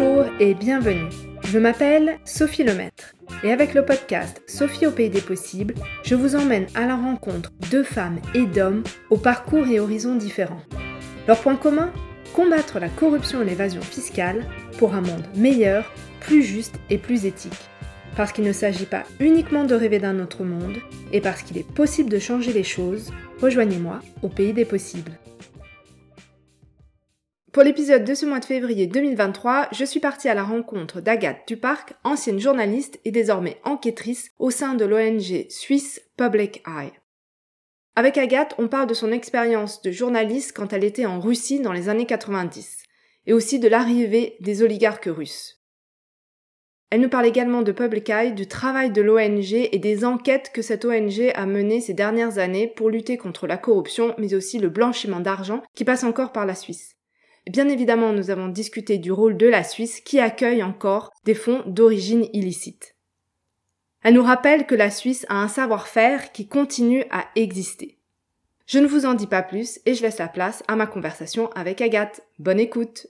Bonjour et bienvenue. Je m'appelle Sophie Lemaître et avec le podcast Sophie au pays des possibles, je vous emmène à la rencontre de femmes et d'hommes aux parcours et horizons différents. Leur point commun ? Combattre la corruption et l'évasion fiscale pour un monde meilleur, plus juste et plus éthique. Parce qu'il ne s'agit pas uniquement de rêver d'un autre monde et parce qu'il est possible de changer les choses, rejoignez-moi au pays des possibles. Pour l'épisode de ce mois de février 2023, je suis partie à la rencontre d'Agathe Duparc, ancienne journaliste et désormais enquêtrice au sein de l'ONG suisse Public Eye. Avec Agathe, on parle de son expérience de journaliste quand elle était en Russie dans les années 90, et aussi de l'arrivée des oligarques russes. Elle nous parle également de Public Eye, du travail de l'ONG et des enquêtes que cette ONG a menées ces dernières années pour lutter contre la corruption, mais aussi le blanchiment d'argent qui passe encore par la Suisse. Bien évidemment, nous avons discuté du rôle de la Suisse qui accueille encore des fonds d'origine illicite. Elle nous rappelle que la Suisse a un savoir-faire qui continue à exister. Je ne vous en dis pas plus et je laisse la place à ma conversation avec Agathe. Bonne écoute!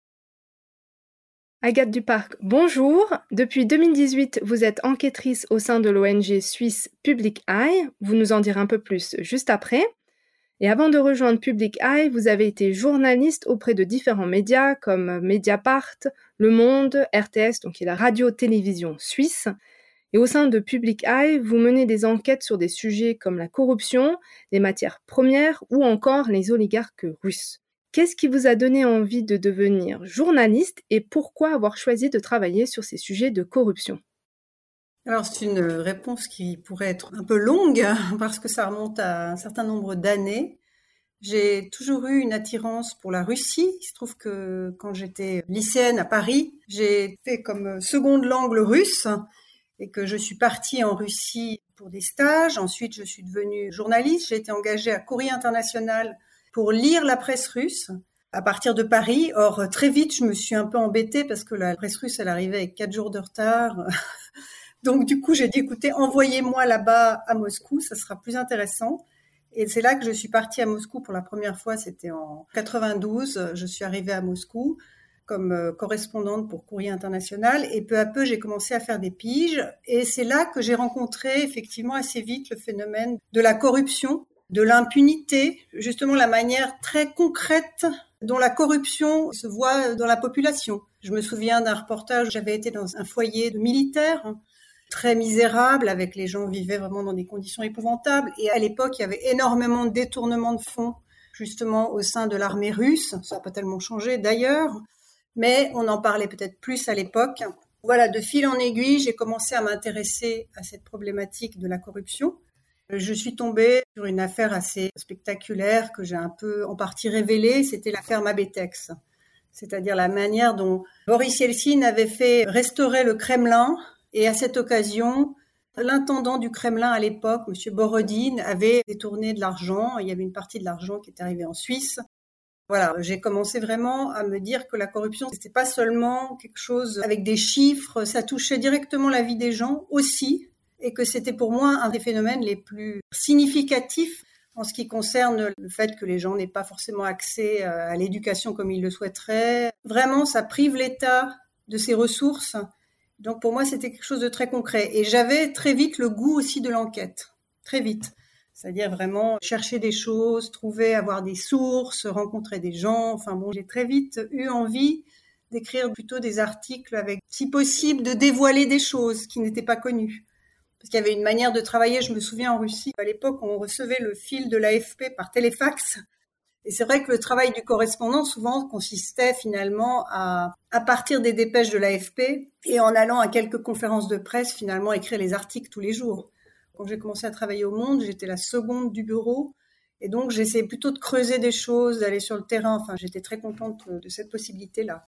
Agathe Duparc, bonjour. Depuis 2018, vous êtes enquêtrice au sein de l'ONG suisse Public Eye. Vous nous en direz un peu plus juste après. Et avant de rejoindre Public Eye, vous avez été journaliste auprès de différents médias comme Mediapart, Le Monde, RTS, donc qui est la radio-télévision suisse. Et au sein de Public Eye, vous menez des enquêtes sur des sujets comme la corruption, les matières premières ou encore les oligarques russes. Qu'est-ce qui vous a donné envie de devenir journaliste et pourquoi avoir choisi de travailler sur ces sujets de corruption ? Alors, c'est une réponse qui pourrait être un peu longue parce que ça remonte à un certain nombre d'années. J'ai toujours eu une attirance pour la Russie. Il se trouve que quand j'étais lycéenne à Paris, j'ai fait comme seconde langue le russe et que je suis partie en Russie pour des stages. Ensuite, je suis devenue journaliste. J'ai été engagée à Courrier International pour lire la presse russe à partir de Paris. Or, très vite, je me suis un peu embêtée parce que la presse russe, elle arrivait avec 4 jours de retard. Donc, du coup, j'ai dit, écoutez, envoyez-moi là-bas à Moscou, ça sera plus intéressant. Et c'est là que je suis partie à Moscou pour la première fois, c'était en 92. Je suis arrivée à Moscou comme correspondante pour Courrier International. Et peu à peu, j'ai commencé à faire des piges. Et c'est là que j'ai rencontré effectivement assez vite le phénomène de la corruption, de l'impunité, justement la manière très concrète dont la corruption se voit dans la population. Je me souviens d'un reportage, j'avais été dans un foyer de militaires, très misérable, avec les gens vivaient vraiment dans des conditions épouvantables. Et à l'époque, il y avait énormément de détournements de fonds, justement, au sein de l'armée russe. Ça n'a pas tellement changé, d'ailleurs, mais on en parlait peut-être plus à l'époque. Voilà, de fil en aiguille, j'ai commencé à m'intéresser à cette problématique de la corruption. Je suis tombée sur une affaire assez spectaculaire que j'ai un peu en partie révélée. C'était l'affaire Mabetex, c'est-à-dire la manière dont Boris Yeltsin avait fait restaurer le Kremlin. Et à cette occasion, l'intendant du Kremlin à l'époque, M. Borodine, avait détourné de l'argent. Il y avait une partie de l'argent qui est arrivée en Suisse. Voilà, j'ai commencé vraiment à me dire que la corruption, c'était pas seulement quelque chose avec des chiffres, ça touchait directement la vie des gens aussi, et que c'était pour moi un des phénomènes les plus significatifs en ce qui concerne le fait que les gens n'aient pas forcément accès à l'éducation comme ils le souhaiteraient. Vraiment, ça prive l'État de ses ressources. Donc pour moi, c'était quelque chose de très concret. Et j'avais très vite le goût aussi de l'enquête, très vite. C'est-à-dire vraiment chercher des choses, avoir des sources, rencontrer des gens. Enfin bon, j'ai très vite eu envie d'écrire plutôt des articles avec, si possible, de dévoiler des choses qui n'étaient pas connues. Parce qu'il y avait une manière de travailler, je me souviens en Russie, à l'époque, on recevait le fil de l'AFP par téléfax. Et c'est vrai que le travail du correspondant, souvent, consistait finalement à partir des dépêches de l'AFP et en allant à quelques conférences de presse, finalement, écrire les articles tous les jours. Quand j'ai commencé à travailler au Monde, j'étais la seconde du bureau. Et donc, j'essayais plutôt de creuser des choses, d'aller sur le terrain. Enfin, j'étais très contente de cette possibilité-là.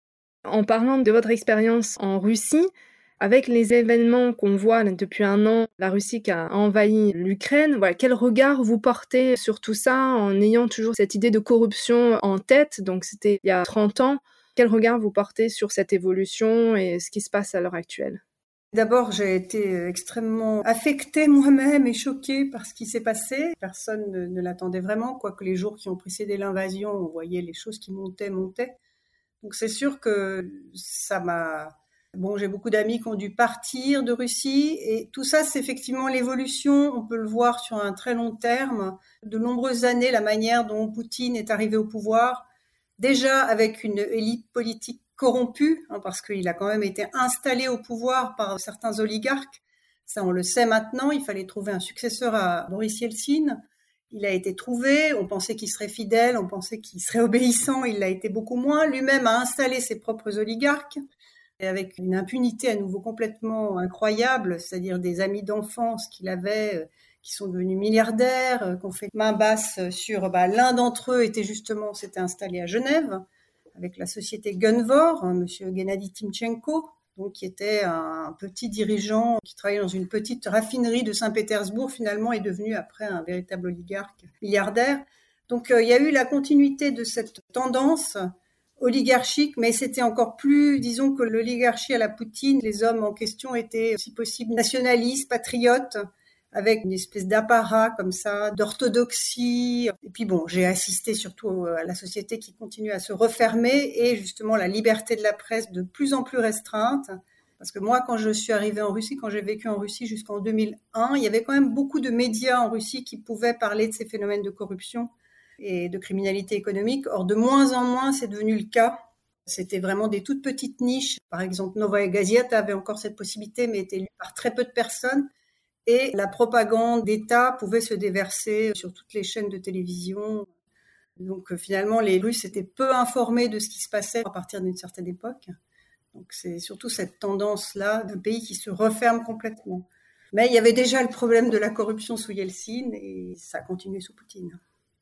En parlant de votre expérience en Russie, avec les événements qu'on voit depuis un an, la Russie qui a envahi l'Ukraine, voilà, quel regard vous portez sur tout ça en ayant toujours cette idée de corruption en tête? Donc c'était il y a 30 ans. Quel regard vous portez sur cette évolution et ce qui se passe à l'heure actuelle? D'abord, j'ai été extrêmement affectée moi-même et choquée par ce qui s'est passé. Personne ne l'attendait vraiment, quoique les jours qui ont précédé l'invasion, on voyait les choses qui montaient. Donc c'est sûr que ça m'a... Bon, j'ai beaucoup d'amis qui ont dû partir de Russie et tout ça, c'est effectivement l'évolution. On peut le voir sur un très long terme. De nombreuses années, la manière dont Poutine est arrivé au pouvoir, déjà avec une élite politique corrompue, parce qu'il a quand même été installé au pouvoir par certains oligarques. Ça, on le sait maintenant. Il fallait trouver un successeur à Boris Yeltsin. Il a été trouvé. On pensait qu'il serait fidèle, on pensait qu'il serait obéissant. Il l'a été beaucoup moins. Lui-même a installé ses propres oligarques. Et avec une impunité à nouveau complètement incroyable, c'est-à-dire des amis d'enfance qu'il avait, qui sont devenus milliardaires, qui ont fait main basse sur... l'un d'entre eux s'était installé à Genève, avec la société Gunvor, monsieur Gennady Timchenko, donc qui était un petit dirigeant qui travaillait dans une petite raffinerie de Saint-Pétersbourg, finalement est devenu après un véritable oligarque milliardaire. Donc il y a eu la continuité de cette tendance oligarchique, mais c'était encore plus, disons que l'oligarchie à la Poutine, les hommes en question étaient, si possible, nationalistes, patriotes, avec une espèce d'apparat comme ça, d'orthodoxie. Et puis bon, j'ai assisté surtout à la société qui continue à se refermer et justement la liberté de la presse de plus en plus restreinte. Parce que moi, quand je suis arrivée en Russie, quand j'ai vécu en Russie jusqu'en 2001, il y avait quand même beaucoup de médias en Russie qui pouvaient parler de ces phénomènes de corruption et de criminalité économique. Or, de moins en moins, c'est devenu le cas. C'était vraiment des toutes petites niches. Par exemple, Novaya Gazeta avait encore cette possibilité, mais était lue par très peu de personnes. Et la propagande d'État pouvait se déverser sur toutes les chaînes de télévision. Donc, finalement, les Russes étaient peu informés de ce qui se passait à partir d'une certaine époque. Donc, c'est surtout cette tendance-là d'un pays qui se referme complètement. Mais il y avait déjà le problème de la corruption sous Yeltsin et ça a continué sous Poutine.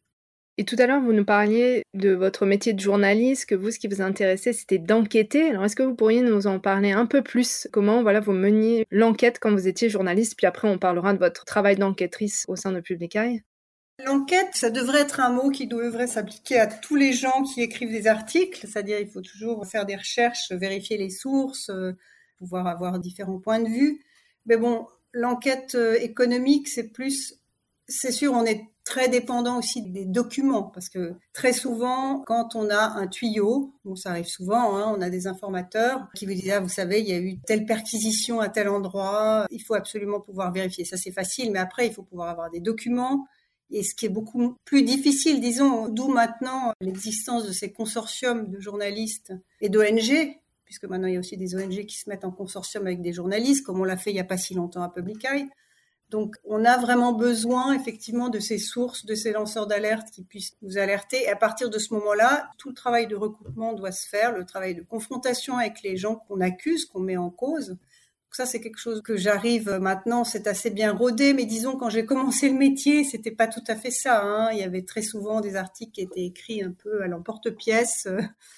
Et tout à l'heure, vous nous parliez de votre métier de journaliste, que vous, ce qui vous intéressait, c'était d'enquêter. Alors, est-ce que vous pourriez nous en parler un peu plus? Comment, vous meniez l'enquête quand vous étiez journaliste? Puis après, on parlera de votre travail d'enquêtrice au sein de Public Eye. L'enquête, ça devrait être un mot qui devrait s'appliquer à tous les gens qui écrivent des articles. C'est-à-dire, il faut toujours faire des recherches, vérifier les sources, pouvoir avoir différents points de vue. Mais bon, l'enquête économique, c'est sûr, on est très dépendant aussi des documents, parce que très souvent, quand on a un tuyau, bon, ça arrive souvent, on a des informateurs qui vous disent, vous savez, il y a eu telle perquisition à tel endroit, il faut absolument pouvoir vérifier. Ça, c'est facile, mais après, il faut pouvoir avoir des documents. Et ce qui est beaucoup plus difficile, disons, d'où maintenant l'existence de ces consortiums de journalistes et d'ONG, puisque maintenant il y a aussi des ONG qui se mettent en consortium avec des journalistes, comme on l'a fait il n'y a pas si longtemps à Public Eye. Donc, on a vraiment besoin, effectivement, de ces sources, de ces lanceurs d'alerte qui puissent nous alerter. Et à partir de ce moment-là, tout le travail de recoupement doit se faire, le travail de confrontation avec les gens qu'on accuse, qu'on met en cause. Donc ça, c'est quelque chose que j'arrive maintenant, c'est assez bien rodé. Mais disons, quand j'ai commencé le métier, c'était pas tout à fait ça. Il y avait très souvent des articles qui étaient écrits un peu à l'emporte-pièce.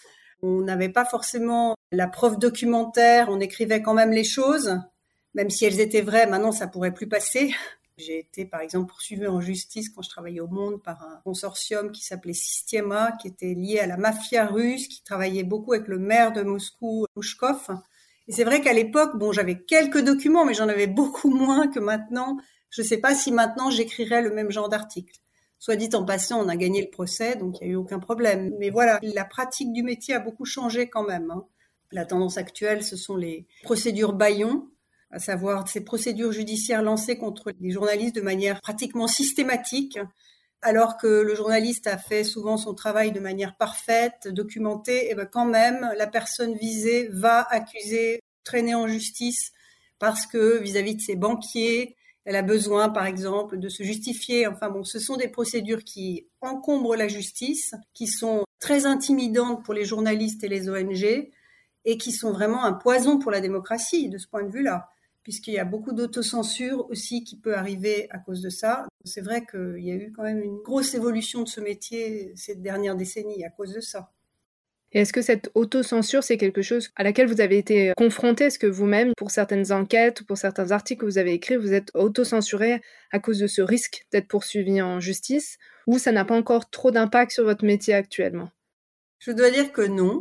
On n'avait pas forcément la preuve documentaire, on écrivait quand même les choses. Même si elles étaient vraies, maintenant ça pourrait plus passer. J'ai été par exemple poursuivie en justice quand je travaillais au Monde par un consortium qui s'appelait Systema, qui était lié à la mafia russe, qui travaillait beaucoup avec le maire de Moscou, Pushkov. Et c'est vrai qu'à l'époque, j'avais quelques documents, mais j'en avais beaucoup moins que maintenant. Je ne sais pas si maintenant j'écrirais le même genre d'article. Soit dit en passant, on a gagné le procès, donc il n'y a eu aucun problème. Mais voilà, la pratique du métier a beaucoup changé quand même. La tendance actuelle, ce sont les procédures bâillons, à savoir ces procédures judiciaires lancées contre les journalistes de manière pratiquement systématique, alors que le journaliste a fait souvent son travail de manière parfaite, documentée, et quand même, la personne visée va accuser, traîner en justice, parce que vis-à-vis de ses banquiers, elle a besoin, par exemple, de se justifier. Enfin bon, ce sont des procédures qui encombrent la justice, qui sont très intimidantes pour les journalistes et les ONG, et qui sont vraiment un poison pour la démocratie, de ce point de vue-là, puisqu'il y a beaucoup d'autocensure aussi qui peut arriver à cause de ça. C'est vrai qu'il y a eu quand même une grosse évolution de ce métier ces dernières décennies à cause de ça. Et est-ce que cette autocensure, c'est quelque chose à laquelle vous avez été confronté? Est-ce que vous-même, pour certaines enquêtes ou pour certains articles que vous avez écrits, vous êtes autocensuré à cause de ce risque d'être poursuivi en justice, ou ça n'a pas encore trop d'impact sur votre métier actuellement? Je dois dire que non.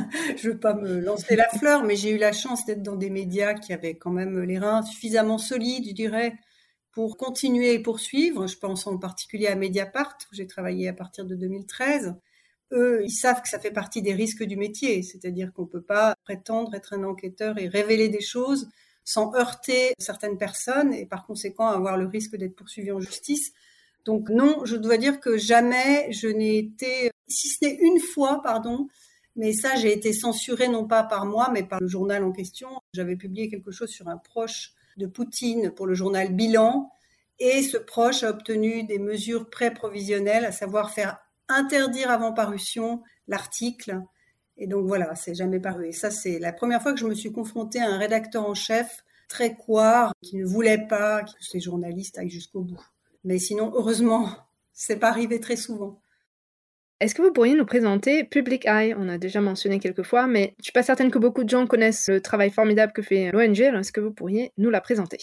Je veux pas me lancer la fleur, mais j'ai eu la chance d'être dans des médias qui avaient quand même les reins suffisamment solides, je dirais, pour continuer et poursuivre. Je pense en particulier à Mediapart, où j'ai travaillé à partir de 2013. eux, ils savent que ça fait partie des risques du métier, c'est-à-dire qu'on peut pas prétendre être un enquêteur et révéler des choses sans heurter certaines personnes et par conséquent avoir le risque d'être poursuivi en justice. Donc non, je dois dire que jamais je n'ai été, si ce n'est une fois, pardon, mais ça j'ai été censurée non pas par moi mais par le journal en question. J'avais publié quelque chose sur un proche de Poutine pour le journal Bilan et ce proche a obtenu des mesures pré-provisionnelles, à savoir faire interdire avant parution l'article. Et donc voilà, c'est jamais paru. Et ça, c'est la première fois que je me suis confrontée à un rédacteur en chef très couard, qui ne voulait pas que ces journalistes aillent jusqu'au bout. Mais sinon, heureusement, c'est pas arrivé très souvent. Est-ce que vous pourriez nous présenter Public Eye? On a déjà mentionné quelques fois, mais je suis pas certaine que beaucoup de gens connaissent le travail formidable que fait l'ONG, alors est-ce que vous pourriez nous la présenter?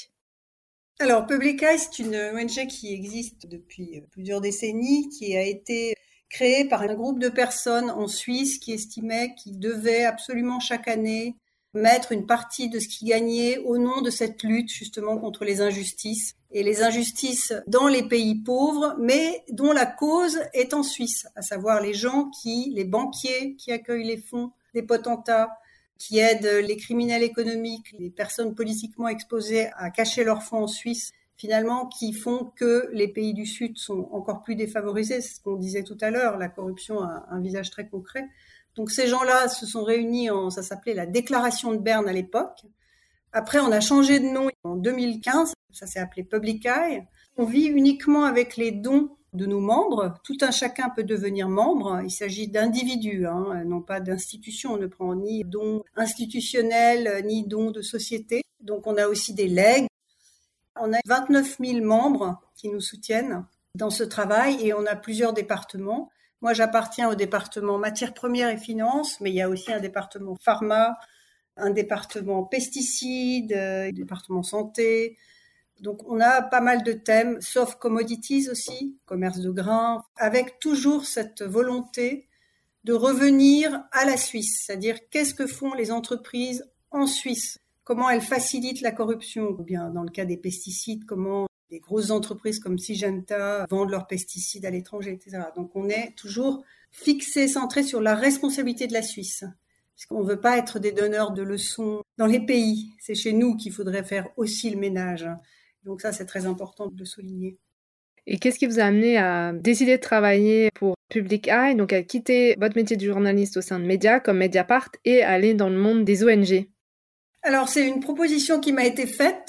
Alors, Public Eye, c'est une ONG qui existe depuis plusieurs décennies, qui a été créée par un groupe de personnes en Suisse qui estimaient qu'ils devaient absolument chaque année mettre une partie de ce qu'ils gagnaient au nom de cette lutte justement contre les injustices. Et les injustices dans les pays pauvres, mais dont la cause est en Suisse, à savoir les banquiers qui accueillent les fonds des potentats, qui aident les criminels économiques, les personnes politiquement exposées à cacher leurs fonds en Suisse, finalement, qui font que les pays du Sud sont encore plus défavorisés. C'est ce qu'on disait tout à l'heure, la corruption a un visage très concret. Donc ces gens-là se sont réunis ça s'appelait la Déclaration de Berne à l'époque. Après, on a changé de nom en 2015, ça s'est appelé Public Eye. On vit uniquement avec les dons de nos membres. Tout un chacun peut devenir membre. Il s'agit d'individus, non pas d'institutions. On ne prend ni dons institutionnels, ni dons de société. Donc on a aussi des legs. On a 29 000 membres qui nous soutiennent dans ce travail et on a plusieurs départements. Moi, j'appartiens au département matières premières et finances, mais il y a aussi un département pharma, un département pesticides, un département santé. Donc, on a pas mal de thèmes, sauf commodities aussi, commerce de grains, avec toujours cette volonté de revenir à la Suisse, c'est-à-dire qu'est-ce que font les entreprises en Suisse, comment elles facilitent la corruption, ou bien dans le cas des pesticides, comment des grosses entreprises comme Syngenta vendent leurs pesticides à l'étranger, etc. Donc on est toujours fixé, centré sur la responsabilité de la Suisse, puisqu'on ne veut pas être des donneurs de leçons dans les pays. C'est chez nous qu'il faudrait faire aussi le ménage. Donc ça, c'est très important de le souligner. Et qu'est-ce qui vous a amené à décider de travailler pour Public Eye, donc à quitter votre métier de journaliste au sein de médias comme Mediapart et aller dans le monde des ONG? Alors, c'est une proposition qui m'a été faite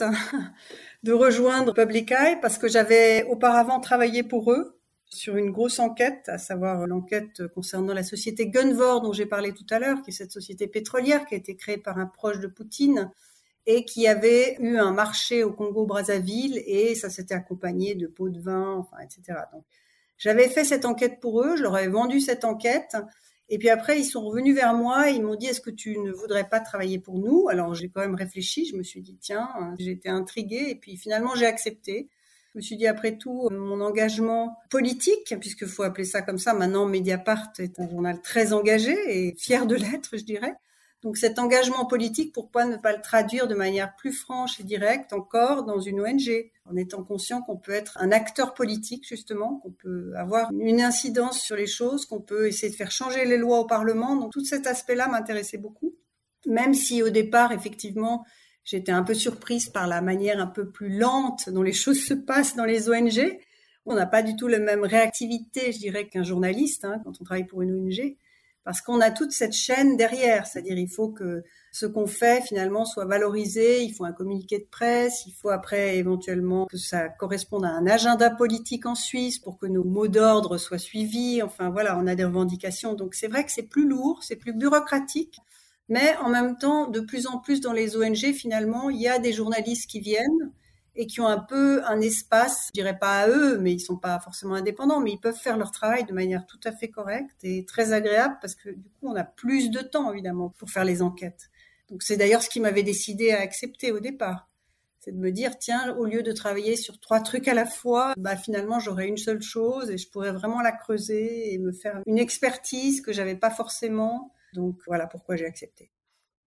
de rejoindre Public Eye parce que j'avais auparavant travaillé pour eux sur une grosse enquête, à savoir l'enquête concernant la société Gunvor dont j'ai parlé tout à l'heure, qui est cette société pétrolière qui a été créée par un proche de Poutine et qui avait eu un marché au Congo-Brazzaville et ça s'était accompagné de pots de vin, enfin, etc. Donc, j'avais fait cette enquête pour eux, je leur avais vendu cette enquête. Et puis après, ils sont revenus vers moi et ils m'ont dit « Est-ce que tu ne voudrais pas travailler pour nous ?» Alors j'ai quand même réfléchi, je me suis dit « Tiens, j'ai été intriguée » et puis finalement j'ai accepté. Je me suis dit après tout, mon engagement politique, puisqu'il faut appeler ça comme ça, maintenant Mediapart est un journal très engagé et fier de l'être, je dirais. Donc cet engagement politique, pourquoi ne pas le traduire de manière plus franche et directe encore dans une ONG, en étant conscient qu'on peut être un acteur politique justement, qu'on peut avoir une incidence sur les choses, qu'on peut essayer de faire changer les lois au Parlement. Donc tout cet aspect-là m'intéressait beaucoup, même si au départ, effectivement, j'étais un peu surprise par la manière un peu plus lente dont les choses se passent dans les ONG. On n'a pas du tout la même réactivité, je dirais, qu'un journaliste quand on travaille pour une ONG. Parce qu'on a toute cette chaîne derrière, c'est-à-dire il faut que ce qu'on fait finalement soit valorisé, il faut un communiqué de presse, il faut après éventuellement que ça corresponde à un agenda politique en Suisse pour que nos mots d'ordre soient suivis, enfin voilà, on a des revendications, donc c'est vrai que c'est plus lourd, c'est plus bureaucratique, mais en même temps, de plus en plus dans les ONG finalement, il y a des journalistes qui viennent et qui ont un peu un espace, je dirais pas à eux, mais ils sont pas forcément indépendants, mais ils peuvent faire leur travail de manière tout à fait correcte et très agréable parce que du coup, on a plus de temps, évidemment, pour faire les enquêtes. Donc, c'est d'ailleurs ce qui m'avait décidé à accepter au départ. C'est de me dire, tiens, au lieu de travailler sur 3 trucs à la fois, finalement, j'aurais une seule chose et je pourrais vraiment la creuser et me faire une expertise que j'avais pas forcément. Donc, voilà pourquoi j'ai accepté.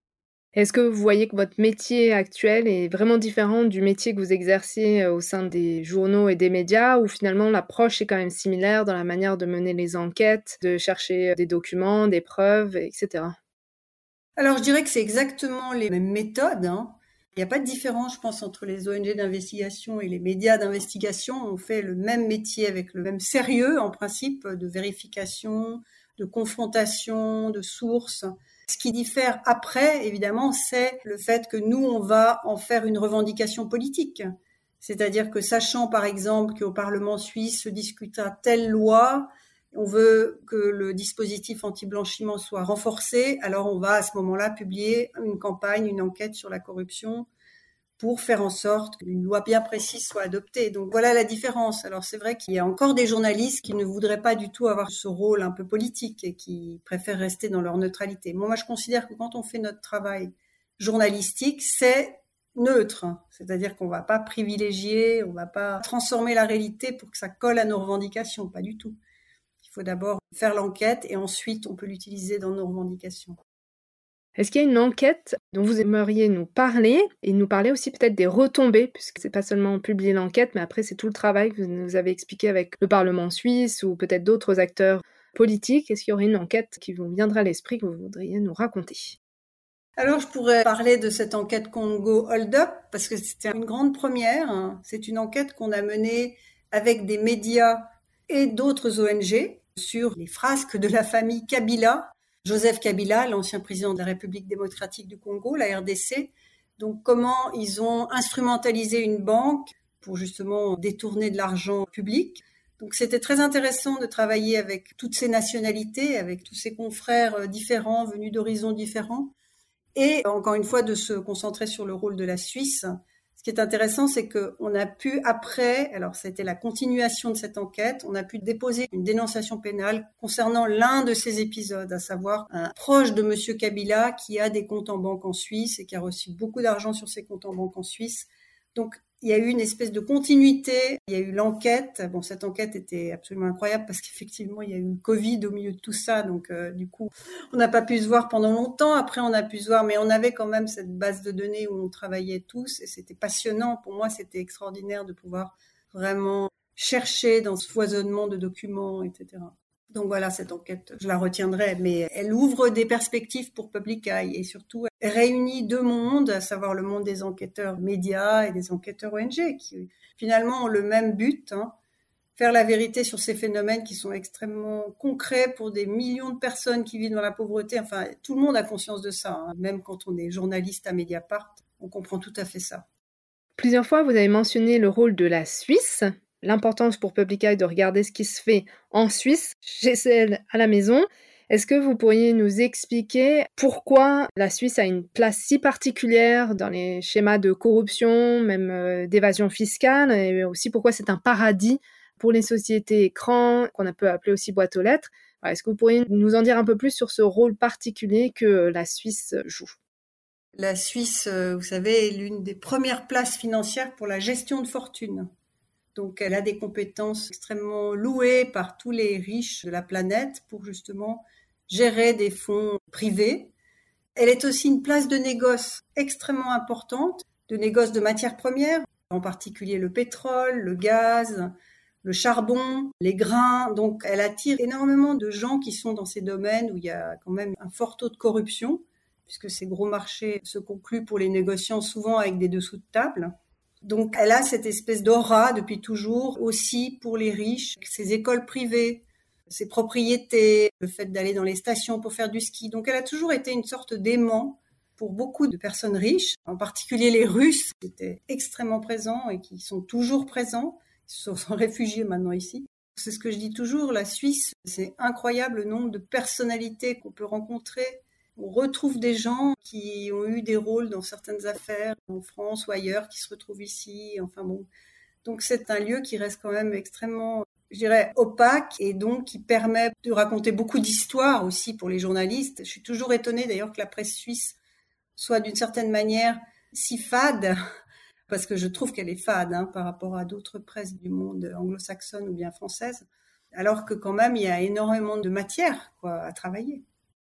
Est-ce que vous voyez que votre métier actuel est vraiment différent du métier que vous exerciez, au sein des journaux et des médias, ou finalement l'approche est quand même similaire dans la manière de mener les enquêtes, de chercher, des documents, des preuves et cetera? Alors, je dirais que c'est exactement les mêmes méthodes, hein. Il n'y a pas de différence, je pense, entre les ONG d'investigation et les médias d'investigation. On fait le même métier avec le même sérieux, en principe, de vérification, de confrontation, de sources. Ce qui diffère après, évidemment, c'est le fait que nous, on va en faire une revendication politique. C'est-à-dire que sachant, par exemple, qu'au Parlement suisse se discutera telle loi, on veut que le dispositif anti-blanchiment soit renforcé, alors on va à ce moment-là publier une campagne, une enquête sur la corruption pour faire en sorte qu'une loi bien précise soit adoptée. Donc voilà la différence. Alors c'est vrai qu'il y a encore des journalistes qui ne voudraient pas du tout avoir ce rôle un peu politique et qui préfèrent rester dans leur neutralité. Moi, je considère que quand on fait notre travail journalistique, c'est neutre. C'est-à-dire qu'on ne va pas privilégier, on ne va pas transformer la réalité pour que ça colle à nos revendications, pas du tout. Il faut d'abord faire l'enquête et ensuite on peut l'utiliser dans nos revendications. Est-ce qu'il y a une enquête dont vous aimeriez nous parler et nous parler aussi peut-être des retombées, puisque c'est pas seulement publier l'enquête, mais après c'est tout le travail que vous nous avez expliqué avec le Parlement suisse ou peut-être d'autres acteurs politiques. Est-ce qu'il y aurait une enquête qui vous viendrait à l'esprit que vous voudriez nous raconter? Alors je pourrais parler de cette enquête Congo Hold Up parce que c'était une grande première. C'est une enquête qu'on a menée avec des médias et d'autres ONG sur les frasques de la famille Kabila. Joseph Kabila, l'ancien président de la République démocratique du Congo, la RDC. Donc comment ils ont instrumentalisé une banque pour justement détourner de l'argent public. Donc c'était très intéressant de travailler avec toutes ces nationalités, avec tous ces confrères différents, venus d'horizons différents. Et encore une fois, de se concentrer sur le rôle de la Suisse. Ce qui est intéressant, c'est qu'on a pu, après, alors c'était la continuation de cette enquête, on a pu déposer une dénonciation pénale concernant l'un de ces épisodes, à savoir un proche de Monsieur Kabila qui a des comptes en banque en Suisse et qui a reçu beaucoup d'argent sur ses comptes en banque en Suisse. Donc, il y a eu une espèce de continuité, il y a eu l'enquête. Bon, cette enquête était absolument incroyable parce qu'effectivement, il y a eu le Covid au milieu de tout ça. Donc, du coup, on n'a pas pu se voir pendant longtemps. Après, on a pu se voir, mais on avait quand même cette base de données où on travaillait tous et c'était passionnant. Pour moi, c'était extraordinaire de pouvoir vraiment chercher dans ce foisonnement de documents, etc. Donc voilà, cette enquête, je la retiendrai, mais elle ouvre des perspectives pour Public Eye et surtout elle réunit deux mondes, à savoir le monde des enquêteurs médias et des enquêteurs ONG, qui finalement ont le même but, faire la vérité sur ces phénomènes qui sont extrêmement concrets pour des millions de personnes qui vivent dans la pauvreté. Enfin, tout le monde a conscience de ça, même quand on est journaliste à Mediapart, on comprend tout à fait ça. Plusieurs fois, vous avez mentionné le rôle de la Suisse, l'importance pour Public Eye de regarder ce qui se fait en Suisse, chez celle à la maison. Est-ce que vous pourriez nous expliquer pourquoi la Suisse a une place si particulière dans les schémas de corruption, même d'évasion fiscale, et aussi pourquoi c'est un paradis pour les sociétés écrans, qu'on peut appeler aussi boîte aux lettres? Est-ce que vous pourriez nous en dire un peu plus sur ce rôle particulier que la Suisse joue? La Suisse, vous savez, est l'une des premières places financières pour la gestion de fortune. Donc, elle a des compétences extrêmement louées par tous les riches de la planète pour justement gérer des fonds privés. Elle est aussi une place de négoce extrêmement importante, de négoce de matières premières, en particulier le pétrole, le gaz, le charbon, les grains. Donc, elle attire énormément de gens qui sont dans ces domaines où il y a quand même un fort taux de corruption, puisque ces gros marchés se concluent pour les négociants souvent avec des dessous de table. Donc, elle a cette espèce d'aura depuis toujours aussi pour les riches, ses écoles privées, ses propriétés, le fait d'aller dans les stations pour faire du ski. Donc, elle a toujours été une sorte d'aimant pour beaucoup de personnes riches, en particulier les Russes, qui étaient extrêmement présents et qui sont toujours présents. Ils se sont réfugiés maintenant ici. C'est ce que je dis toujours, la Suisse, c'est incroyable le nombre de personnalités qu'on peut rencontrer. On retrouve des gens qui ont eu des rôles dans certaines affaires en France ou ailleurs, qui se retrouvent ici. Enfin bon, donc c'est un lieu qui reste quand même extrêmement, je dirais, opaque et donc qui permet de raconter beaucoup d'histoires aussi pour les journalistes. Je suis toujours étonnée d'ailleurs que la presse suisse soit d'une certaine manière si fade, parce que je trouve qu'elle est fade par rapport à d'autres presses du monde anglo-saxonne ou bien française, alors que quand même il y a énormément de matière à travailler.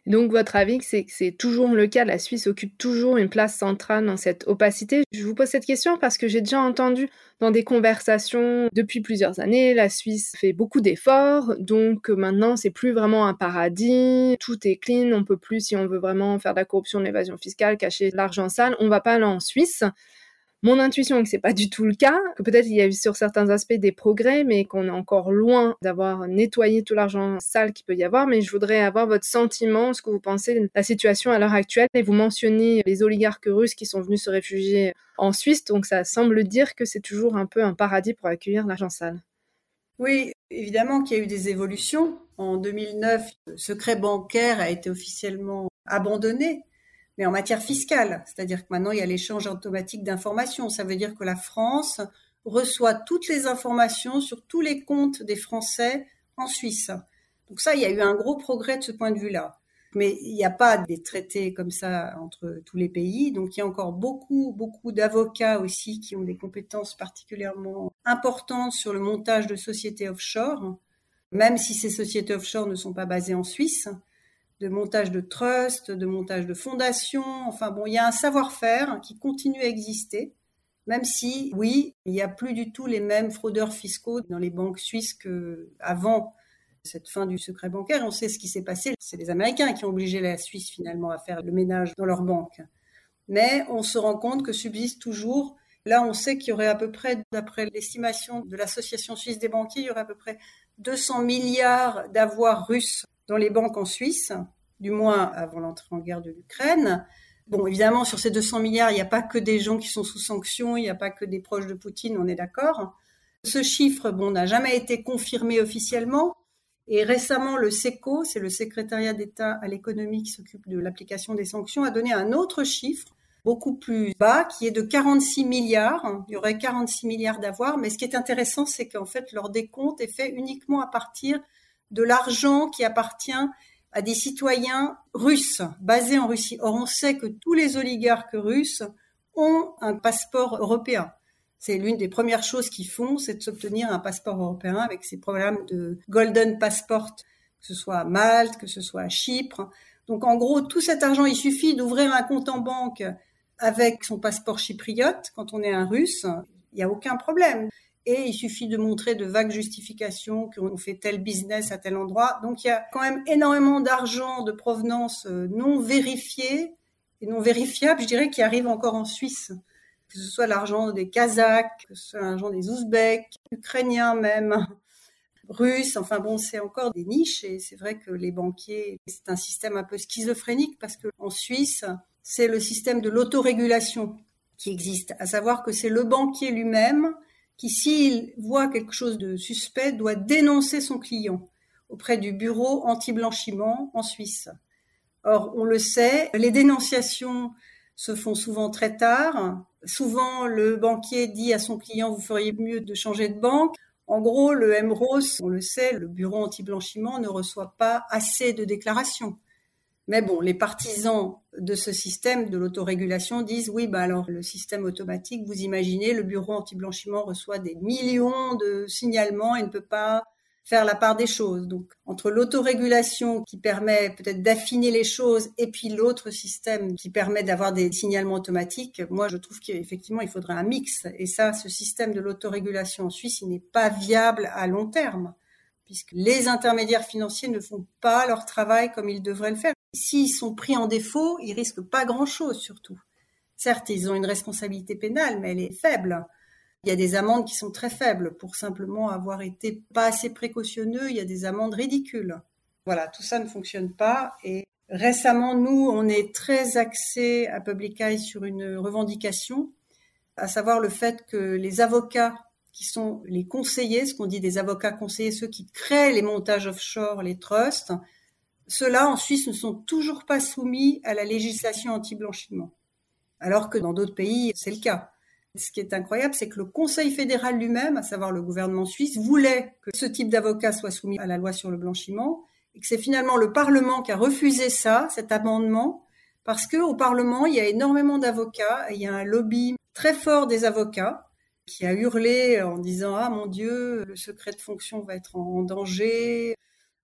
Donc votre avis, c'est que c'est toujours le cas, la Suisse occupe toujours une place centrale dans cette opacité? Je vous pose cette question parce que j'ai déjà entendu dans des conversations depuis plusieurs années, la Suisse fait beaucoup d'efforts, donc maintenant c'est plus vraiment un paradis, tout est clean, on peut plus, si on veut vraiment faire de la corruption, de l'évasion fiscale, cacher de l'argent sale, on va pas aller en Suisse. Mon intuition est que c'est pas du tout le cas, que peut-être il y a eu sur certains aspects des progrès, mais qu'on est encore loin d'avoir nettoyé tout l'argent sale qu'il peut y avoir. Mais je voudrais avoir votre sentiment, ce que vous pensez de la situation à l'heure actuelle. Et vous mentionnez les oligarques russes qui sont venus se réfugier en Suisse, donc ça semble dire que c'est toujours un peu un paradis pour accueillir l'argent sale. Oui, évidemment qu'il y a eu des évolutions. En 2009, le secret bancaire a été officiellement abandonné, mais en matière fiscale. C'est-à-dire que maintenant, il y a l'échange automatique d'informations. Ça veut dire que la France reçoit toutes les informations sur tous les comptes des Français en Suisse. Donc ça, il y a eu un gros progrès de ce point de vue-là. Mais il n'y a pas des traités comme ça entre tous les pays. Donc il y a encore beaucoup d'avocats aussi qui ont des compétences particulièrement importantes sur le montage de sociétés offshore, même si ces sociétés offshore ne sont pas basées en Suisse, de montage de trusts, de montage de fondations. Enfin bon, il y a un savoir-faire qui continue à exister, même si, oui, il n'y a plus du tout les mêmes fraudeurs fiscaux dans les banques suisses qu'avant cette fin du secret bancaire. On sait ce qui s'est passé. C'est les Américains qui ont obligé la Suisse finalement à faire le ménage dans leurs banques. Mais on se rend compte que subsiste toujours. Là, on sait qu'il y aurait à peu près, d'après l'estimation de l'Association suisse des banquiers, il y aurait à peu près 200 milliards d'avoirs russes dans les banques en Suisse, du moins avant l'entrée en guerre de l'Ukraine. Bon, évidemment, sur ces 200 milliards, il n'y a pas que des gens qui sont sous sanctions, il n'y a pas que des proches de Poutine, on est d'accord. Ce chiffre, bon, n'a jamais été confirmé officiellement. Et récemment, le SECO, c'est le secrétariat d'État à l'économie qui s'occupe de l'application des sanctions, a donné un autre chiffre, beaucoup plus bas, qui est de 46 milliards. Il y aurait 46 milliards d'avoirs. Mais ce qui est intéressant, c'est qu'en fait, leur décompte est fait uniquement à partir de l'argent qui appartient à des citoyens russes, basés en Russie. Or, on sait que tous les oligarques russes ont un passeport européen. C'est l'une des premières choses qu'ils font, c'est de s'obtenir un passeport européen avec ces programmes de Golden Passport, que ce soit à Malte, que ce soit à Chypre. Donc en gros, tout cet argent, il suffit d'ouvrir un compte en banque avec son passeport chypriote quand on est un Russe, il n'y a aucun problème. Et il suffit de montrer de vagues justifications qu'on fait tel business à tel endroit. Donc il y a quand même énormément d'argent de provenance non vérifiée et non vérifiable, je dirais, qui arrive encore en Suisse. Que ce soit l'argent des Kazakhs, que ce soit l'argent des Ouzbeks, Ukrainiens même, Russes, enfin bon, c'est encore des niches et c'est vrai que les banquiers, c'est un système un peu schizophrénique parce qu'en Suisse, c'est le système de l'autorégulation qui existe, à savoir que c'est le banquier lui-même qui, s'il voit quelque chose de suspect, doit dénoncer son client auprès du bureau anti-blanchiment en Suisse. Or, on le sait, les dénonciations se font souvent très tard. Souvent, le banquier dit à son client, vous feriez mieux de changer de banque. En gros, le MROS, on le sait, le bureau anti-blanchiment ne reçoit pas assez de déclarations. Mais bon, les partisans de ce système de l'autorégulation disent, oui, alors le système automatique, vous imaginez, le bureau anti-blanchiment reçoit des millions de signalements et ne peut pas faire la part des choses. Donc, entre l'autorégulation qui permet peut-être d'affiner les choses et puis l'autre système qui permet d'avoir des signalements automatiques, moi, je trouve qu'effectivement, il faudrait un mix. Et ça, ce système de l'autorégulation en Suisse, il n'est pas viable à long terme, puisque les intermédiaires financiers ne font pas leur travail comme ils devraient le faire. S'ils sont pris en défaut, ils risquent pas grand-chose, surtout. Certes, ils ont une responsabilité pénale, mais elle est faible. Il y a des amendes qui sont très faibles pour simplement avoir été pas assez précautionneux. Il y a des amendes ridicules. Voilà, tout ça ne fonctionne pas. Et récemment, nous, on est très axé à Public Eye sur une revendication, à savoir le fait que les avocats qui sont les conseillers, ce qu'on dit des avocats conseillers, ceux qui créent les montages offshore, les trusts, ceux-là, en Suisse, ne sont toujours pas soumis à la législation anti-blanchiment. Alors que dans d'autres pays, c'est le cas. Ce qui est incroyable, c'est que le Conseil fédéral lui-même, à savoir le gouvernement suisse, voulait que ce type d'avocat soit soumis à la loi sur le blanchiment et que c'est finalement le Parlement qui a refusé ça, cet amendement, parce qu'au Parlement, il y a énormément d'avocats et il y a un lobby très fort des avocats qui a hurlé en disant « Ah mon Dieu, le secret de fonction va être en danger ».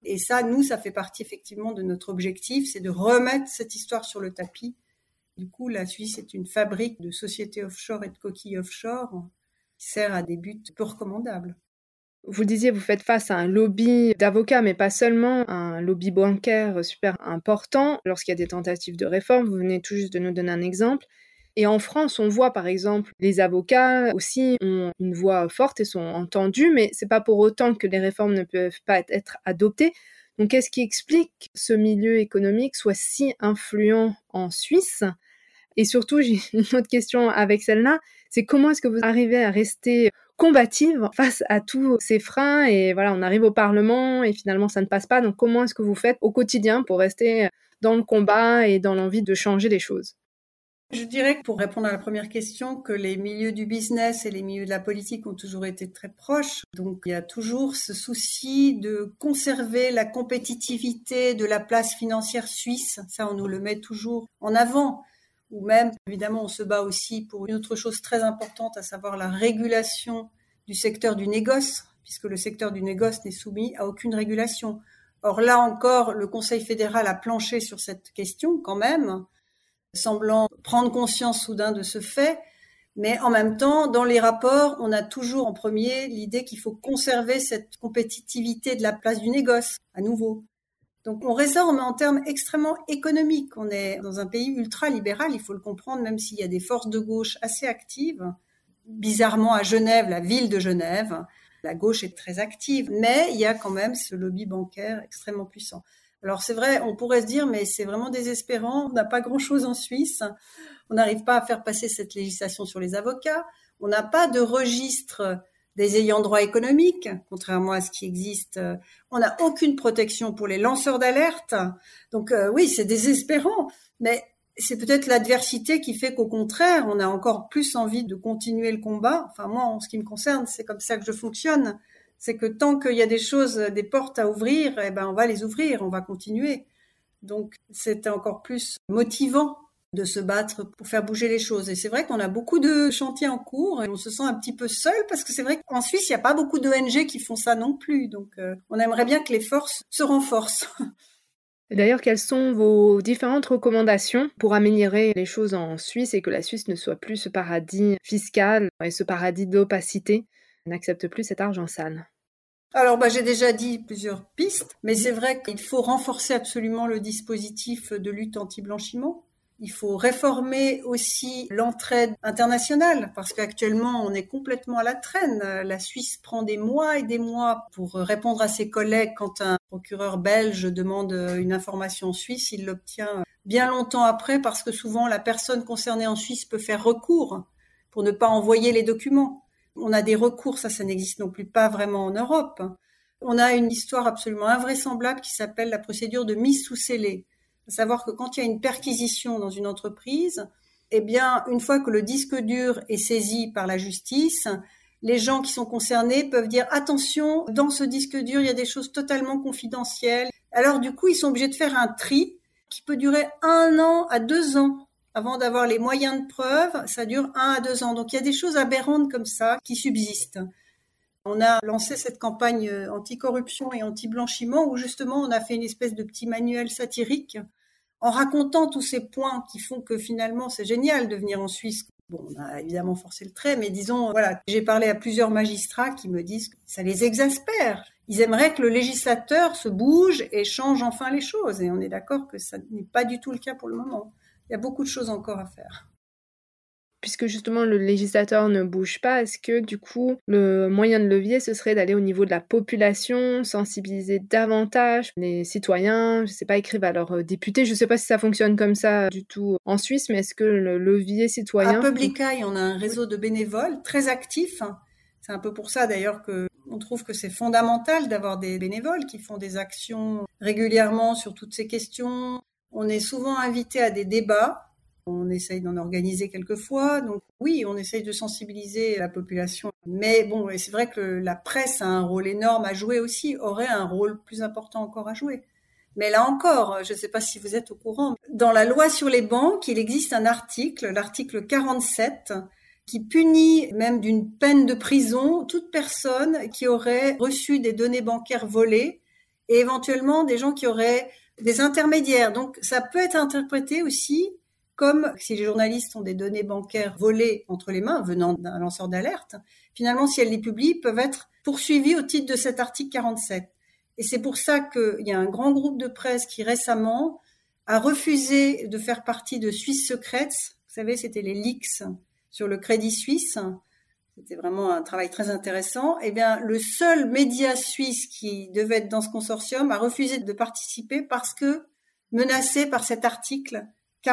Et ça, nous, ça fait partie effectivement de notre objectif, c'est de remettre cette histoire sur le tapis. Du coup, la Suisse est une fabrique de sociétés offshore et de coquilles offshore qui sert à des buts peu recommandables. Vous le disiez, vous faites face à un lobby d'avocats, mais pas seulement, un lobby bancaire super important lorsqu'il y a des tentatives de réforme. Vous venez tout juste de nous donner un exemple. Et en France, on voit par exemple, les avocats aussi ont une voix forte et sont entendus, mais c'est pas pour autant que les réformes ne peuvent pas être adoptées. Donc, qu'est-ce qui explique que ce milieu économique soit si influent en Suisse? Et surtout, j'ai une autre question avec celle-là, c'est comment est-ce que vous arrivez à rester combative face à tous ces freins? Et voilà, on arrive au Parlement et finalement ça ne passe pas. Donc, comment est-ce que vous faites au quotidien pour rester dans le combat et dans l'envie de changer les choses? Je dirais que pour répondre à la première question, que les milieux du business et les milieux de la politique ont toujours été très proches. Donc il y a toujours ce souci de conserver la compétitivité de la place financière suisse. Ça, on nous le met toujours en avant. Ou même, évidemment, on se bat aussi pour une autre chose très importante, à savoir la régulation du secteur du négoce, puisque le secteur du négoce n'est soumis à aucune régulation. Or là encore, le Conseil fédéral a planché sur cette question quand même, semblant prendre conscience soudain de ce fait, mais en même temps, dans les rapports, on a toujours en premier l'idée qu'il faut conserver cette compétitivité de la place du négoce, à nouveau. Donc on raisonne en termes extrêmement économiques. On est dans un pays ultra-libéral, il faut le comprendre, même s'il y a des forces de gauche assez actives. Bizarrement, à Genève, la ville de Genève, la gauche est très active, mais il y a quand même ce lobby bancaire extrêmement puissant. Alors c'est vrai, on pourrait se dire, mais c'est vraiment désespérant, on n'a pas grand-chose en Suisse, on n'arrive pas à faire passer cette législation sur les avocats, on n'a pas de registre des ayants droit économiques, contrairement à ce qui existe, on n'a aucune protection pour les lanceurs d'alerte, donc oui, c'est désespérant, mais c'est peut-être l'adversité qui fait qu'au contraire, on a encore plus envie de continuer le combat. Enfin moi, en ce qui me concerne, c'est comme ça que je fonctionne. C'est que tant qu'il y a des choses, des portes à ouvrir, eh ben on va les ouvrir, on va continuer. Donc c'est encore plus motivant de se battre pour faire bouger les choses. Et c'est vrai qu'on a beaucoup de chantiers en cours et on se sent un petit peu seul parce que c'est vrai qu'en Suisse, il n'y a pas beaucoup d'ONG qui font ça non plus. Donc on aimerait bien que les forces se renforcent. D'ailleurs, quelles sont vos différentes recommandations pour améliorer les choses en Suisse et que la Suisse ne soit plus ce paradis fiscal et ce paradis d'opacité, n'accepte plus cet argent sale? Alors, j'ai déjà dit plusieurs pistes, mais c'est vrai qu'il faut renforcer absolument le dispositif de lutte anti-blanchiment. Il faut réformer aussi l'entraide internationale, parce qu'actuellement, on est complètement à la traîne. La Suisse prend des mois et des mois pour répondre à ses collègues. Quand un procureur belge demande une information en Suisse, il l'obtient bien longtemps après, parce que souvent, la personne concernée en Suisse peut faire recours pour ne pas envoyer les documents. On a des recours, ça n'existe non plus pas vraiment en Europe. On a une histoire absolument invraisemblable qui s'appelle la procédure de mise sous scellé. À savoir que quand il y a une perquisition dans une entreprise, eh bien, une fois que le disque dur est saisi par la justice, les gens qui sont concernés peuvent dire attention, dans ce disque dur, il y a des choses totalement confidentielles. Alors, du coup, ils sont obligés de faire un tri qui peut durer 1 an à 2 ans. Avant d'avoir les moyens de preuve, ça dure 1 à 2 ans. Donc, il y a des choses aberrantes comme ça qui subsistent. On a lancé cette campagne anti-corruption et anti-blanchiment où justement on a fait une espèce de petit manuel satirique en racontant tous ces points qui font que finalement c'est génial de venir en Suisse. Bon, on a évidemment forcé le trait, mais disons, voilà, j'ai parlé à plusieurs magistrats qui me disent que ça les exaspère. Ils aimeraient que le législateur se bouge et change enfin les choses. Et on est d'accord que ça n'est pas du tout le cas pour le moment. Il y a beaucoup de choses encore à faire. Puisque justement le législateur ne bouge pas, est-ce que du coup le moyen de levier ce serait d'aller au niveau de la population, sensibiliser davantage les citoyens, je sais pas, écrire à leurs députés, je sais pas si ça fonctionne comme ça du tout en Suisse, mais est-ce que le levier citoyen... À Public Eye, on a un réseau de bénévoles très actifs. C'est un peu pour ça d'ailleurs que on trouve que c'est fondamental d'avoir des bénévoles qui font des actions régulièrement sur toutes ces questions. On est souvent invité à des débats. On essaye d'en organiser quelquefois. Donc oui, on essaye de sensibiliser la population. Mais bon, c'est vrai que la presse a un rôle énorme à jouer aussi, aurait un rôle plus important encore à jouer. Mais là encore, je ne sais pas si vous êtes au courant, dans la loi sur les banques, il existe un article, l'article 47, qui punit même d'une peine de prison toute personne qui aurait reçu des données bancaires volées et éventuellement des gens qui auraient des intermédiaires. Donc ça peut être interprété aussi comme si les journalistes ont des données bancaires volées entre les mains venant d'un lanceur d'alerte, finalement si elles les publient, peuvent être poursuivis au titre de cet article 47. Et c'est pour ça qu'il y a un grand groupe de presse qui récemment a refusé de faire partie de Swiss Secrets. Vous savez, c'était les leaks sur le Crédit Suisse. C'était vraiment un travail très intéressant. Eh bien, le seul média suisse qui devait être dans ce consortium a refusé de participer parce que menacé par cet article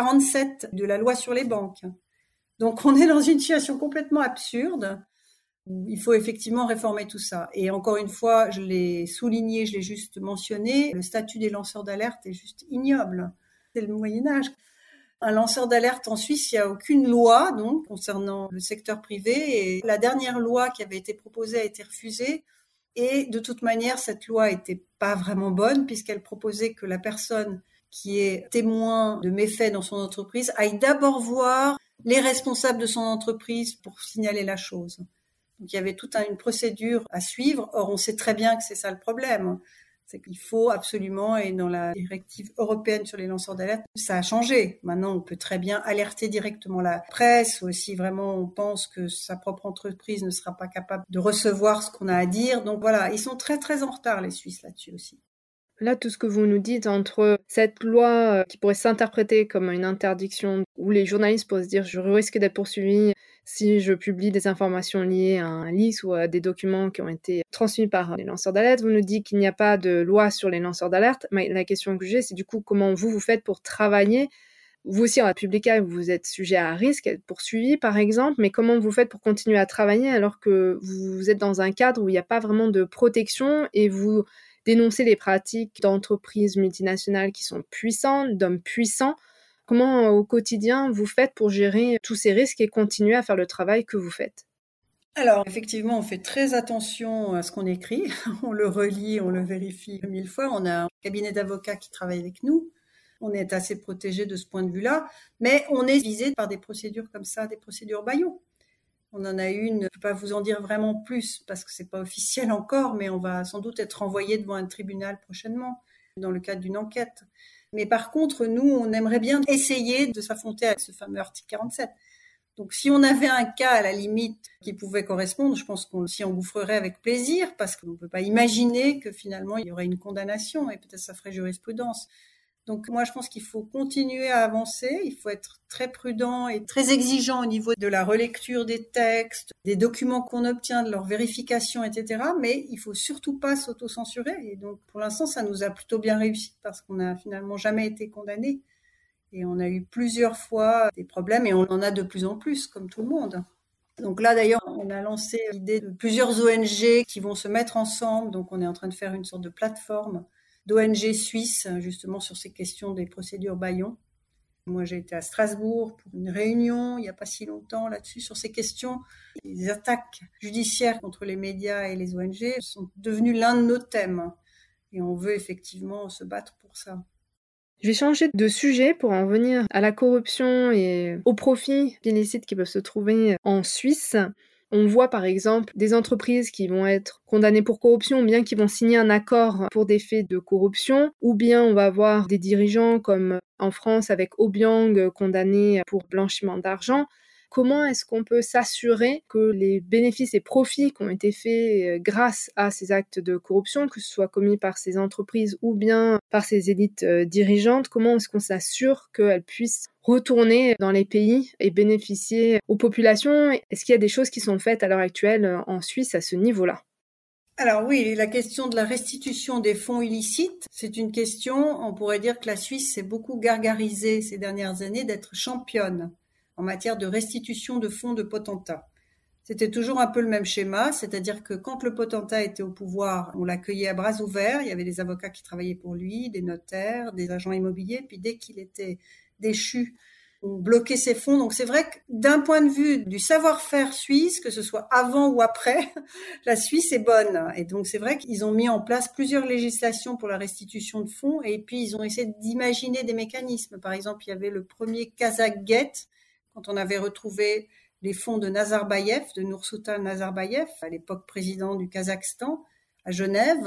47 de la loi sur les banques. Donc, on est dans une situation complètement absurde. Il faut effectivement réformer tout ça. Et encore une fois, je l'ai souligné, je l'ai juste mentionné, le statut des lanceurs d'alerte est juste ignoble. C'est le Moyen-Âge. Un lanceur d'alerte en Suisse, il n'y a aucune loi donc concernant le secteur privé. Et la dernière loi qui avait été proposée a été refusée. Et de toute manière, cette loi n'était pas vraiment bonne puisqu'elle proposait que la personne qui est témoin de méfaits dans son entreprise aille d'abord voir les responsables de son entreprise pour signaler la chose. Donc il y avait toute une procédure à suivre. Or, on sait très bien que c'est ça le problème. C'est qu'il faut absolument, et dans la directive européenne sur les lanceurs d'alerte, ça a changé. Maintenant, on peut très bien alerter directement la presse, ou si vraiment on pense que sa propre entreprise ne sera pas capable de recevoir ce qu'on a à dire. Donc voilà, ils sont très très en retard, les Suisses, là-dessus aussi. Là, tout ce que vous nous dites entre cette loi qui pourrait s'interpréter comme une interdiction, où les journalistes pourraient se dire « je risque d'être poursuivi si je publie des informations liées à un leak ou à des documents qui ont été transmis par les lanceurs d'alerte ». Vous nous dites qu'il n'y a pas de loi sur les lanceurs d'alerte. Mais la question que j'ai, c'est du coup comment vous faites pour travailler. Vous aussi, en Republica, vous êtes sujet à risque, être poursuivi par exemple, mais comment vous faites pour continuer à travailler alors que vous êtes dans un cadre où il n'y a pas vraiment de protection et vous dénoncer les pratiques d'entreprises multinationales qui sont puissantes, d'hommes puissants. Comment au quotidien vous faites pour gérer tous ces risques et continuer à faire le travail que vous faites ? Alors effectivement, on fait très attention à ce qu'on écrit. On le relit, on le vérifie 1000 fois. On a un cabinet d'avocats qui travaille avec nous. On est assez protégé de ce point de vue-là. Mais on est visé par des procédures comme ça, des procédures Bayon. On en a une, je ne peux pas vous en dire vraiment plus parce que c'est pas officiel encore, mais on va sans doute être renvoyé devant un tribunal prochainement dans le cadre d'une enquête. Mais par contre, nous, on aimerait bien essayer de s'affronter avec ce fameux article 47. Donc, si on avait un cas à la limite qui pouvait correspondre, je pense qu'on s'y engouffrerait avec plaisir parce qu'on ne peut pas imaginer que finalement il y aurait une condamnation et peut-être ça ferait jurisprudence. Donc moi, je pense qu'il faut continuer à avancer, il faut être très prudent et très exigeant au niveau de la relecture des textes, des documents qu'on obtient, de leur vérification, etc. Mais il faut surtout pas s'auto-censurer. Et donc pour l'instant, ça nous a plutôt bien réussi parce qu'on n'a finalement jamais été condamnés. Et on a eu plusieurs fois des problèmes et on en a de plus en plus, comme tout le monde. Donc là, d'ailleurs, on a lancé l'idée de plusieurs ONG qui vont se mettre ensemble. Donc on est en train de faire une sorte de plateforme d'ONG suisse, justement, sur ces questions des procédures Bayon. Moi, j'ai été à Strasbourg pour une réunion, il n'y a pas si longtemps, là-dessus, sur ces questions. Les attaques judiciaires contre les médias et les ONG sont devenues l'un de nos thèmes. Et on veut effectivement se battre pour ça. Je vais changer de sujet pour en venir à la corruption et aux profits illicites qui peuvent se trouver en Suisse. On voit par exemple des entreprises qui vont être condamnées pour corruption ou bien qui vont signer un accord pour des faits de corruption, ou bien on va avoir des dirigeants comme en France avec Obiang condamné pour blanchiment d'argent. Comment est-ce qu'on peut s'assurer que les bénéfices et profits qui ont été faits grâce à ces actes de corruption, que ce soit commis par ces entreprises ou bien par ces élites dirigeantes, comment est-ce qu'on s'assure qu'elles puissent retourner dans les pays et bénéficier aux populations ? Est-ce qu'il y a des choses qui sont faites à l'heure actuelle en Suisse à ce niveau-là ? Alors oui, la question de la restitution des fonds illicites, c'est une question, on pourrait dire que la Suisse s'est beaucoup gargarisée ces dernières années d'être championne en matière de restitution de fonds de potentats. C'était toujours un peu le même schéma, c'est-à-dire que quand le potentat était au pouvoir, on l'accueillait à bras ouverts, il y avait des avocats qui travaillaient pour lui, des notaires, des agents immobiliers, puis dès qu'il était déchu, on bloquait ses fonds. Donc c'est vrai que d'un point de vue du savoir-faire suisse, que ce soit avant ou après, la Suisse est bonne. Et donc c'est vrai qu'ils ont mis en place plusieurs législations pour la restitution de fonds et puis ils ont essayé d'imaginer des mécanismes. Par exemple, il y avait le premier Kazakh-Gate, quand on avait retrouvé les fonds de Nazarbayev, de Nursultan Nazarbayev, à l'époque président du Kazakhstan, à Genève.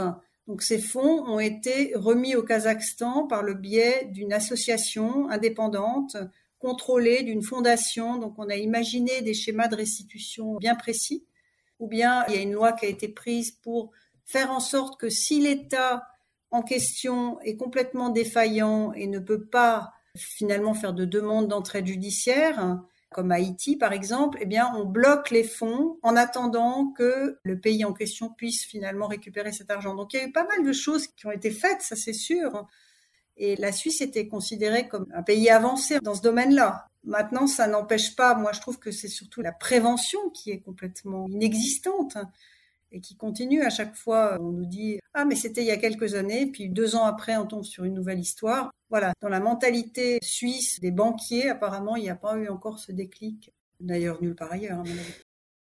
Donc ces fonds ont été remis au Kazakhstan par le biais d'une association indépendante, contrôlée, d'une fondation. Donc on a imaginé des schémas de restitution bien précis. Ou bien il y a une loi qui a été prise pour faire en sorte que si l'État en question est complètement défaillant et ne peut pas finalement faire de demande d'entraide judiciaire, comme Haïti par exemple, eh bien on bloque les fonds en attendant que le pays en question puisse finalement récupérer cet argent. Donc il y a eu pas mal de choses qui ont été faites, ça c'est sûr. Et la Suisse était considérée comme un pays avancé dans ce domaine-là. Maintenant, ça n'empêche pas, moi je trouve que c'est surtout la prévention qui est complètement inexistante et qui continue à chaque fois. On nous dit « Ah, mais c'était il y a quelques années », puis 2 ans après, on tombe sur une nouvelle histoire. Voilà, dans la mentalité suisse des banquiers, apparemment, il n'y a pas eu encore ce déclic. D'ailleurs, nulle part ailleurs, à mon avis.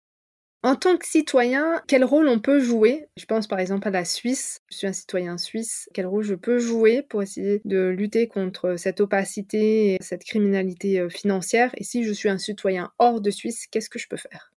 En tant que citoyen, quel rôle on peut jouer? Je pense par exemple à la Suisse. Je suis un citoyen suisse. Quel rôle je peux jouer pour essayer de lutter contre cette opacité et cette criminalité financière? Et si je suis un citoyen hors de Suisse, qu'est-ce que je peux faire?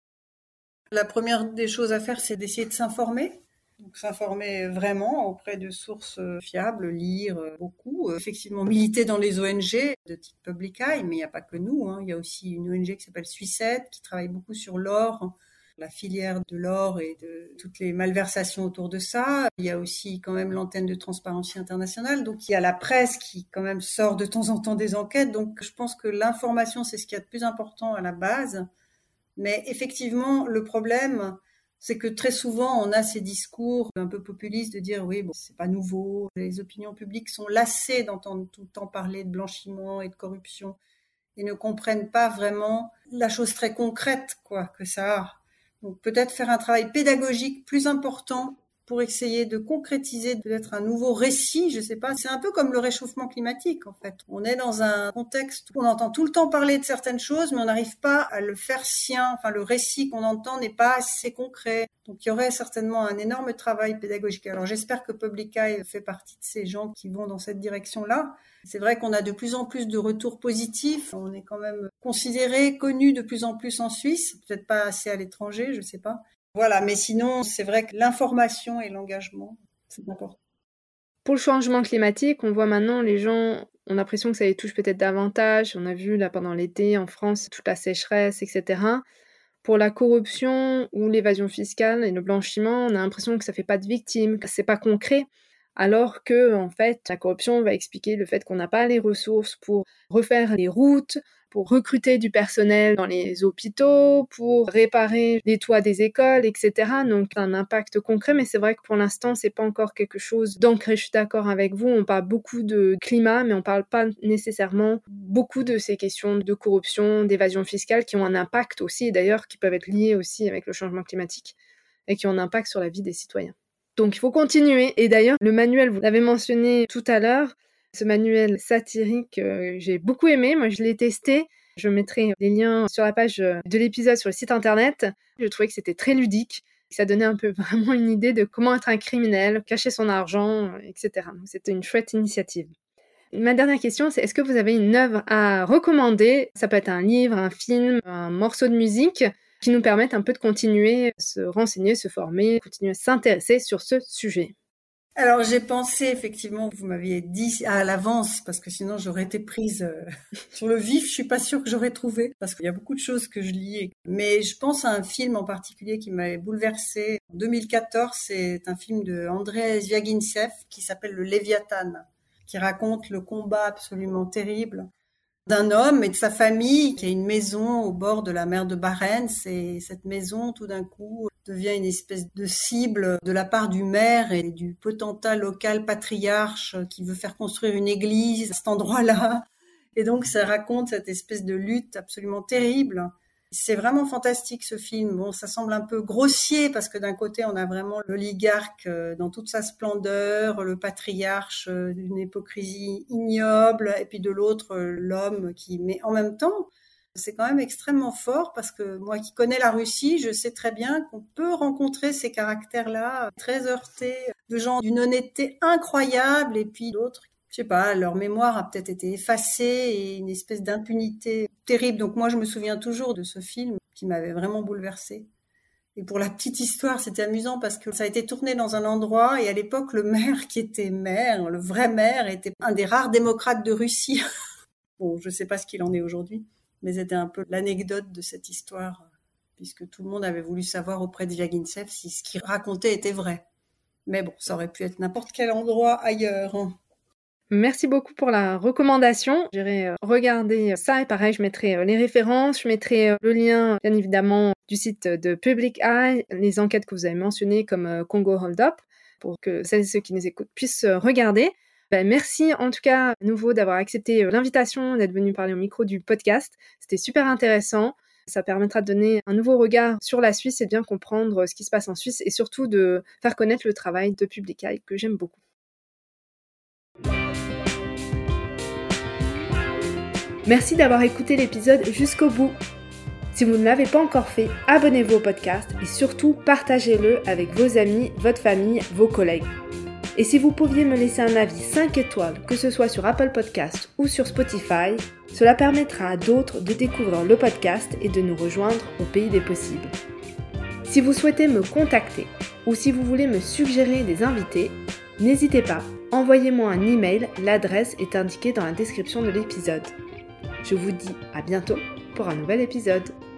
La première des choses à faire, c'est d'essayer de s'informer. Donc s'informer vraiment auprès de sources fiables, lire beaucoup, effectivement militer dans les ONG de type Public Eye, mais il n'y a pas que nous, hein. Il y a aussi une ONG qui s'appelle Suissette qui travaille beaucoup sur l'or, la filière de l'or et de toutes les malversations autour de ça. Il y a aussi quand même l'antenne de Transparency International, donc il y a la presse qui quand même sort de temps en temps des enquêtes, donc je pense que l'information c'est ce qu'il y a de plus important à la base. Mais effectivement, le problème, c'est que très souvent, on a ces discours un peu populistes de dire oui, bon, c'est pas nouveau. Les opinions publiques sont lassées d'entendre tout le temps parler de blanchiment et de corruption et ne comprennent pas vraiment la chose très concrète, quoi, que ça a. Donc peut-être faire un travail pédagogique plus important pour essayer de concrétiser peut-être un nouveau récit, je sais pas. C'est un peu comme le réchauffement climatique, en fait. On est dans un contexte où on entend tout le temps parler de certaines choses, mais on n'arrive pas à le faire sien. Enfin, le récit qu'on entend n'est pas assez concret. Donc, il y aurait certainement un énorme travail pédagogique. Alors, j'espère que Public Eye fait partie de ces gens qui vont dans cette direction-là. C'est vrai qu'on a de plus en plus de retours positifs. On est quand même considéré, connu de plus en plus en Suisse. Peut-être pas assez à l'étranger, je sais pas. Voilà, mais sinon, c'est vrai que l'information et l'engagement, c'est important. Pour le changement climatique, on voit maintenant les gens ont l'impression que ça les touche peut-être davantage. On a vu là pendant l'été en France toute la sécheresse, etc. Pour la corruption ou l'évasion fiscale et le blanchiment, on a l'impression que ça fait pas de victimes, que c'est pas concret. Alors que, en fait, la corruption va expliquer le fait qu'on n'a pas les ressources pour refaire les routes, pour recruter du personnel dans les hôpitaux, pour réparer les toits des écoles, etc. Donc, un impact concret, mais c'est vrai que pour l'instant, c'est pas encore quelque chose d'ancré. Je suis d'accord avec vous, on parle beaucoup de climat, mais on parle pas nécessairement beaucoup de ces questions de corruption, d'évasion fiscale qui ont un impact aussi, et d'ailleurs qui peuvent être liées aussi avec le changement climatique et qui ont un impact sur la vie des citoyens. Donc il faut continuer. Et d'ailleurs, le manuel, vous l'avez mentionné tout à l'heure, ce manuel satirique, j'ai beaucoup aimé. Moi, je l'ai testé. Je mettrai des liens sur la page de l'épisode sur le site internet. Je trouvais que c'était très ludique. Ça donnait un peu vraiment une idée de comment être un criminel, cacher son argent, etc. Donc c'était une chouette initiative. Ma dernière question, c'est est-ce que vous avez une œuvre à recommander? Ça peut être un livre, un film, un morceau de musique qui nous permettent un peu de continuer à se renseigner, se former, continuer à s'intéresser sur ce sujet. Alors j'ai pensé effectivement, vous m'aviez dit à l'avance, parce que sinon j'aurais été prise sur le vif, je suis pas sûre que j'aurais trouvé, parce qu'il y a beaucoup de choses que je lis. Mais je pense à un film en particulier qui m'avait bouleversée. En 2014, c'est un film de Andrei Zvyagintsev qui s'appelle Le Léviathan, qui raconte le combat absolument terrible d'un homme et de sa famille qui a une maison au bord de la mer de Barents, et cette maison tout d'un coup devient une espèce de cible de la part du maire et du potentat local patriarche qui veut faire construire une église à cet endroit-là. Et donc ça raconte cette espèce de lutte absolument terrible. C'est vraiment fantastique ce film. Bon, ça semble un peu grossier parce que d'un côté on a vraiment l'oligarque dans toute sa splendeur, le patriarche d'une hypocrisie ignoble, et puis de l'autre l'homme qui, mais en même temps, c'est quand même extrêmement fort parce que moi qui connais la Russie, je sais très bien qu'on peut rencontrer ces caractères-là très heurtés, de gens d'une honnêteté incroyable, et puis d'autres, je sais pas, leur mémoire a peut-être été effacée et une espèce d'impunité terrible. Donc moi, je me souviens toujours de ce film qui m'avait vraiment bouleversée. Et pour la petite histoire, c'était amusant parce que ça a été tourné dans un endroit et à l'époque, le maire qui était maire, le vrai maire, était un des rares démocrates de Russie. Bon, je ne sais pas ce qu'il en est aujourd'hui, mais c'était un peu l'anecdote de cette histoire, puisque tout le monde avait voulu savoir auprès de Zvягintsev si ce qu'il racontait était vrai. Mais bon, ça aurait pu être n'importe quel endroit ailleurs. Merci beaucoup pour la recommandation. J'irai regarder ça et pareil, je mettrai les références, je mettrai le lien bien évidemment du site de Public Eye, les enquêtes que vous avez mentionnées comme Congo Hold Up, pour que celles et ceux qui nous écoutent puissent regarder. Merci en tout cas à nouveau d'avoir accepté l'invitation, d'être venu parler au micro du podcast. C'était super intéressant. Ça permettra de donner un nouveau regard sur la Suisse et de bien comprendre ce qui se passe en Suisse et surtout de faire connaître le travail de Public Eye que j'aime beaucoup. Merci d'avoir écouté l'épisode jusqu'au bout. Si vous ne l'avez pas encore fait, abonnez-vous au podcast et surtout partagez-le avec vos amis, votre famille, vos collègues. Et si vous pouviez me laisser un avis 5 étoiles, que ce soit sur Apple Podcasts ou sur Spotify, cela permettra à d'autres de découvrir le podcast et de nous rejoindre au pays des possibles. Si vous souhaitez me contacter ou si vous voulez me suggérer des invités, n'hésitez pas, envoyez-moi un email, l'adresse est indiquée dans la description de l'épisode. Je vous dis à bientôt pour un nouvel épisode.